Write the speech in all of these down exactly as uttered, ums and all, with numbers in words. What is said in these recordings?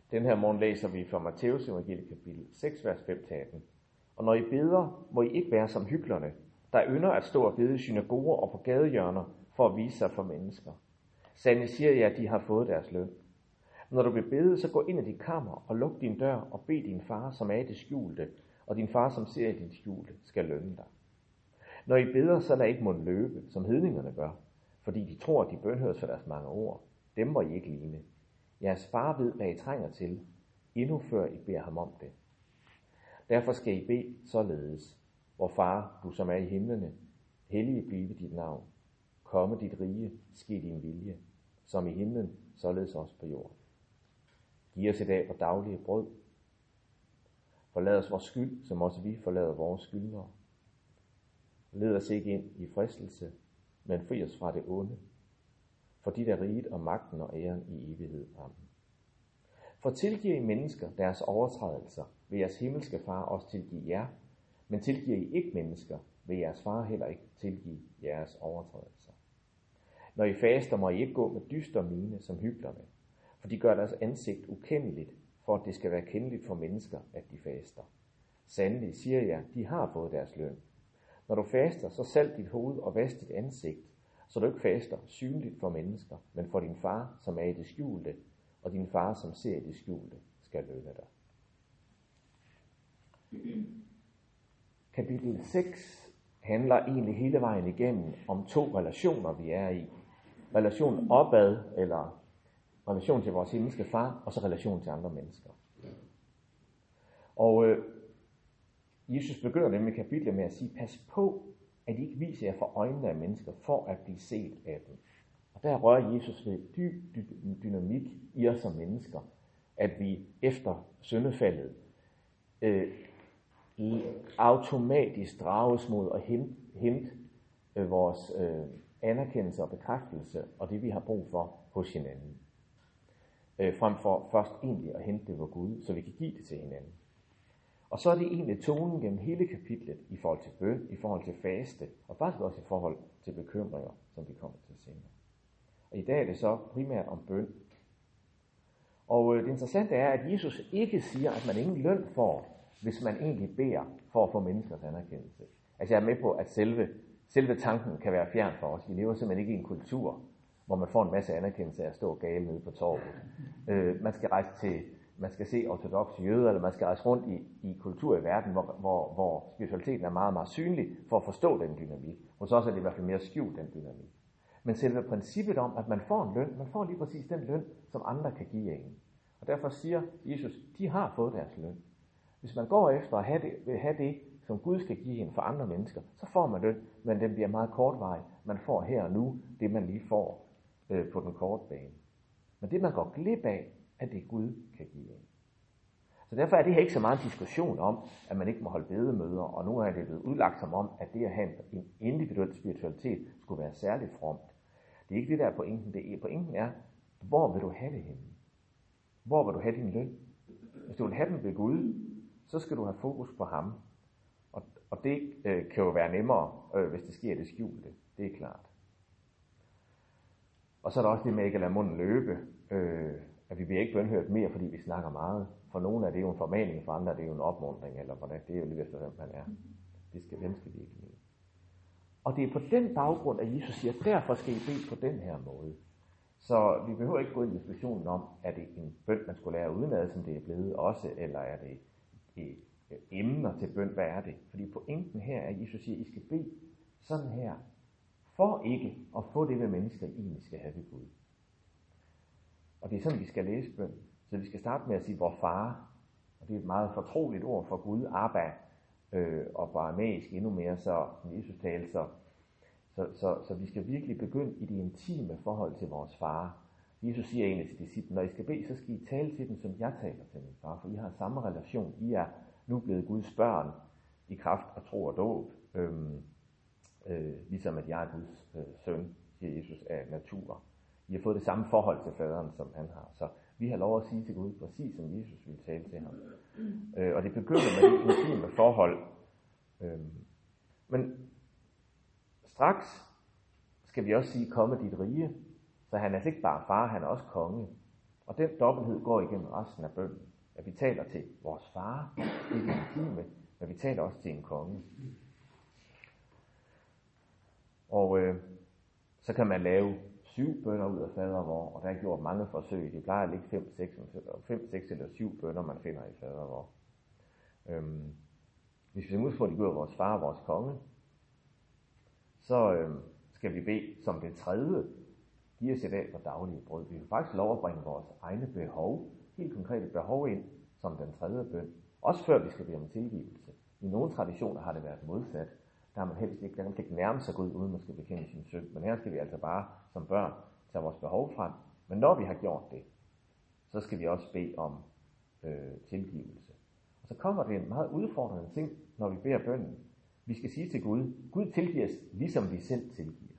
Den her morgen læser vi fra Matteus evangeliet kapitel seks, vers fem til atten. Og når I beder, må I ikke være som hyklerne, der ynder at stå og bede i synagoger og på gadehjørner for at vise sig for mennesker. Sandelig siger jeg, at de har fået deres løn. Når du vil bede, så gå ind i dit kammer og luk din dør og bed din far, som er i det skjulte, og din far, som ser i dit skjulte, skal lønne dig. Når I beder, så lad ikke munden løbe, som hedningerne gør, fordi de tror, at de bønhøres for deres mange ord. Dem må I ikke ligne. Jeres far ved, hvad I trænger til, endnu før I beder ham om det. Derfor skal I bede således: Vor far, du som er i himlene, hellige blive dit navn. Komme dit rige, ske din vilje, som i himlen, således også på jorden. Giv os i dag vores daglige brød. Forlad os vores skyld, som også vi forlader vores skyldnere. Led os ikke ind i fristelse, men fri os fra det onde. For dit er riget og magten og æren i evighed. Amen. For tilgiver I mennesker deres overtrædelser, vil jeres himmelske far også tilgive jer, men tilgiver I ikke mennesker, vil jeres far heller ikke tilgive jeres overtrædelser. Når I faster, må I ikke gå med dyster mine som hyklerne, for de gør deres ansigt ukendeligt, for at det skal være kendeligt for mennesker, at de faster. Sandelig siger jeg, de har fået deres løn. Når du faster, så salt dit hoved og vask dit ansigt, så du ikke faster synligt for mennesker, men for din far, som er i det skjulte, og din far, som ser i det skjulte, skal lønne dig. Kapitel seks handler egentlig hele vejen igennem om to relationer, vi er i. Relation opad, eller relation til vores himmelske far, og så relation til andre mennesker. Og øh, Jesus begynder nemlig kapitlet med at sige, pas på, at I ikke viser jer for øjnene af mennesker, for at blive set af dem. Og der rører Jesus ved dyb, dyb dynamik i os som mennesker, at vi efter syndefaldet øh, automatisk drages mod at hente, hente øh, vores øh, anerkendelse og bekræftelse, og det vi har brug for hos hinanden. Øh, frem for først egentlig at hente det ved Gud, så vi kan give det til hinanden. Og så er det egentlig tonen gennem hele kapitlet i forhold til bøn, i forhold til faste, og faktisk også i forhold til bekymringer, som vi kommer til senere. Og i dag er det så primært om bøn. Og øh, det interessante er, at Jesus ikke siger, at man ingen løn får, hvis man egentlig beder for at få menneskers anerkendelse. Altså jeg er med på, at selve, selve tanken kan være fjern for os. Vi lever simpelthen ikke i en kultur, hvor man får en masse anerkendelse af at stå gale nede på torvet. Øh, man skal rejse til, man skal se ortodokse jøder, eller man skal rejse rundt i, i kultur i verden, hvor, hvor, hvor spiritualiteten er meget, meget synlig for at forstå den dynamik. Hos os er det i hvert fald mere skjult, den dynamik. Men selve princippet om, at man får en løn, man får lige præcis den løn, som andre kan give en. Og derfor siger Jesus, de har fået deres løn. Hvis man går efter at have det, vil have det, som Gud skal give en for andre mennesker, så får man løn, men den bliver meget kortvarig. Man får her og nu det, man lige får øh, på den korte bane. Men det, man går glip af, er det, Gud kan give en. Så derfor er det her ikke så meget en diskussion om, at man ikke må holde bedemøder, og nu er det blevet udlagt som om, at det at have en individuel spiritualitet skulle være særligt fromt. Det er ikke det, der er pointen. Det er, pointen er, hvor vil du have det henne? Hvor vil du have din løn? Hvis du vil have den ved Gud, så skal du have fokus på ham. Og, og det øh, kan jo være nemmere, øh, hvis det sker det skjulte. Det er klart. Og så er der også det med ikke at lade munden løbe. Øh, at vi bliver ikke bønhørt mere, fordi vi snakker meget. For nogle er det jo en formaning, for andre er det jo en opmuntring, eller hvordan. Det er jo lidt efter, hvem man er. Det skal, hvem skal vi ikke lide. Og det er på den baggrund, at Jesus siger, derfor skal I bede på den her måde. Så vi behøver ikke gå ind i diskussionen om, er det en bøn, man skulle lære udenad, som det er blevet også, eller er det emner til bøn, hvad er det? Fordi pointen her er, at Jesus siger, at I skal bede sådan her, for ikke at få det, hvad mennesker egentlig skal have ved Gud. Og det er sådan, vi skal læse bøn. Så vi skal starte med at sige, vor far, og det er et meget fortroligt ord for Gud, Abba, øh, og baramæisk endnu mere, så Jesus taler, så, så, så, så vi skal virkelig begynde i det intime forhold til vores far. Jesus siger egentlig til disciplen, når I skal bede, så skal I tale til dem, som jeg taler til min far, for I har samme relation. I er nu blevet Guds børn i kraft af tro og dåb, øhm, øh, ligesom at jeg er Guds øh, søn, siger Jesus, af natur. I har fået det samme forhold til faderen, som han har. Så vi har lov at sige til Gud, præcis som Jesus ville tale til ham. Øh, og det begynder med det intime forhold. Øh, men straks skal vi også sige, komme dit rige. Så han er ikke bare far, han er også konge. Og den dobbelthed går igennem resten af bønnen. At vi taler til vores far, ikke intime, men vi taler også til en konge. Og øh, så kan man lave syv bønner ud af fader vor, og der er gjort mange forsøg. Det plejer at ligge fem, seks, fem, seks eller syv bønner, man finder i fader vor. Øhm, hvis vi husker på, at de gør vores far og vores konge, så øhm, skal vi bede som det tredje, giv os i dag for daglige brød. Vi vil faktisk lov at bringe vores egne behov, helt konkrete behov ind, som den tredje bøn. Også før vi skal bede om tilgivelse. I nogle traditioner har det været modsat. Der har man helst ikke, der kan man ikke nærme sig Gud, uden måske bekende sin synd. Men her skal vi altså bare som børn tage vores behov frem. Men når vi har gjort det, så skal vi også bede om øh, tilgivelse. Og så kommer det en meget udfordrende ting, når vi beder bønnen. Vi skal sige til Gud, Gud tilgiver os, ligesom vi selv tilgiver.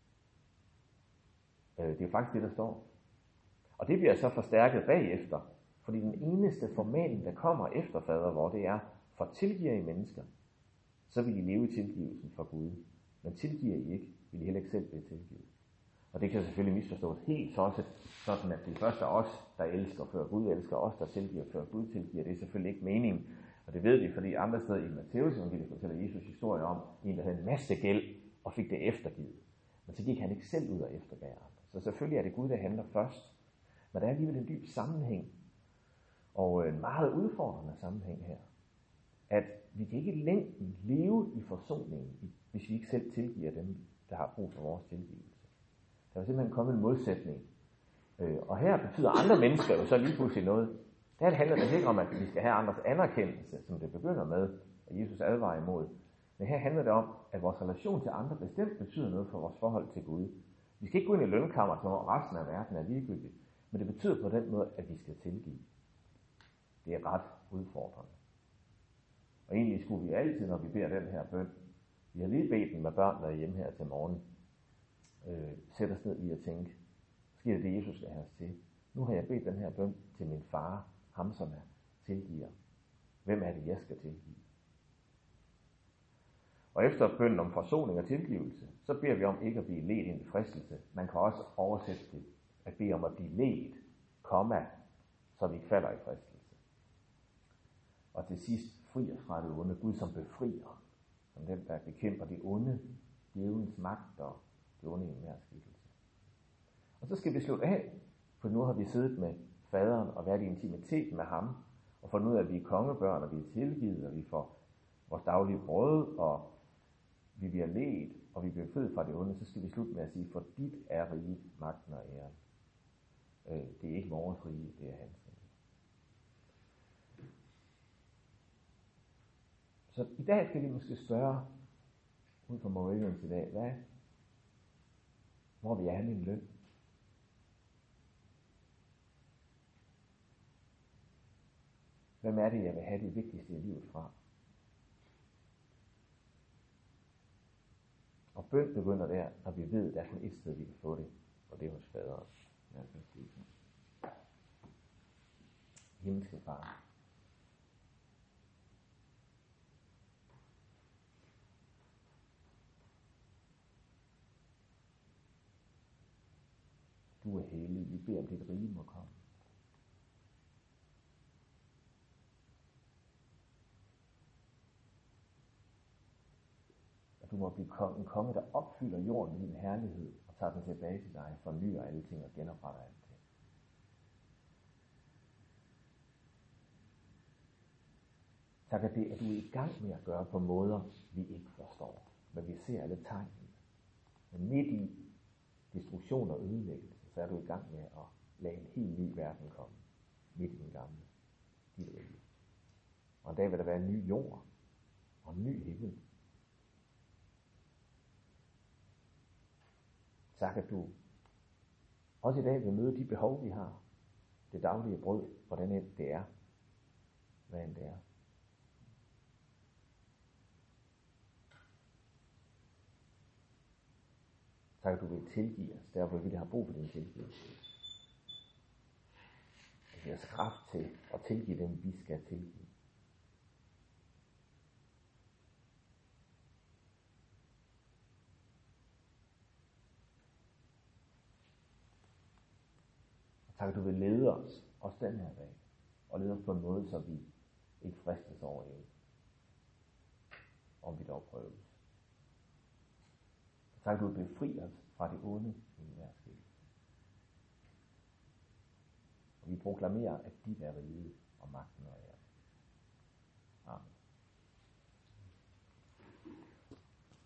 Øh, det er jo faktisk det, der står. Og det bliver så forstærket bagefter, fordi den eneste formaning, der kommer efter fader vor, det er, for tilgiver I mennesker, så vil I leve i tilgivelsen for Gud. Men tilgiver I ikke, vil I heller ikke selv blive tilgivet. Og det kan selvfølgelig misforstås helt tosset, sådan at det først er os, der elsker, før Gud elsker, os, der tilgiver, før Gud tilgiver. Det er selvfølgelig ikke meningen. Og det ved vi, fordi andre steder i Matteus evangeliet fortæller Jesus historie om en, der havde en masse gæld og fik det eftergivet. Men så gik han ikke selv ud og eftergav andre. Så selvfølgelig er det Gud, der handler først. Men der er alligevel en dyb sammenhæng, og en meget udfordrende sammenhæng her. At vi kan ikke i længden leve i forsoningen, hvis vi ikke selv tilgiver dem, der har brug for vores tilgivelse. Der er simpelthen kommet en modsætning. Og her betyder andre mennesker jo så lige pludselig noget. Der handler det ikke om, at vi skal have andres anerkendelse, som det begynder med, at Jesus advarer imod. Men her handler det om, at vores relation til andre bestemt betyder noget for vores forhold til Gud. Vi skal ikke gå ind i lønkammer, som resten af verden er ligegyldigt. Men det betyder på den måde, at vi skal tilgive. Det er ret udfordrende. Og egentlig skulle vi altid, når vi beder den her bøn, vi har lige bedt den med børn derhjemme her til morgen, øh, sætte os ned lige og tænke, måske er det det, Jesus skal have os til. Nu har jeg bedt den her bøn til min far, ham som er tilgiver. Hvem er det, jeg skal tilgive? Og efter bønnen om forsoning og tilgivelse, så beder vi om ikke at blive ledt ind i fristelse. Man kan også oversætte det at bede om at blive ledt, komma, så vi ikke falder i fristelse. Og til sidst fri os fra det onde, Gud som befrier, som den, der bekæmper det onde, djævelens magt og det onde i enhver skikkelse. Og så skal vi slutte af, for nu har vi siddet med faderen og været i intimitet med ham, og fundet ud af, at vi er kongebørn, og vi er tilgivet, og vi får vores daglige brød, og vi bliver ledt, og vi bliver født fra det onde. Så skal vi slutte med at sige, for dit er riget, magten og æren. Det er ikke vores rige, det er hans rige. Så i dag skal vi måske spørge, ud fra Moravians i dag, hvad? Hvor vil jeg have min løn? Hvem er det, jeg vil have det vigtigste i livet fra? Og bøn begynder der, når vi ved, at der er kun et sted, vi kan få det, og det er hos faderen. Himmelske far. Du er hellig, vi beder om dit rige må komme. At du må blive en konge, der opfylder jorden med din herlighed, og tager den tilbage til dig, fornyer alle ting og genopretter alle ting. Tak at det, at du er i gang med at gøre på måder, vi ikke forstår, men vi ser alle tegnene. Men midt i destruktion og ødelæggelse, så er du i gang med at lade en helt ny verden komme, midt i den gamle, dit rige. Og en dag vil der være en ny jord, og en ny himmel. Tak at du også i dag vil møde de behov, vi har. Det daglige brød, hvordan end det er, hvad end det er. Tak at du vil tilgive os, der hvor vi har brug for din tilgivelse. At vi har kraft til at tilgive dem, vi skal tilgive. Tak, du vil lede os, også den her dag, og lede os på en måde, så vi ikke fristes over evigt, om vi dog prøves. Tak, du vil befri os fra det onde i hver skæbne. Og vi proklamerer, at dit er rige.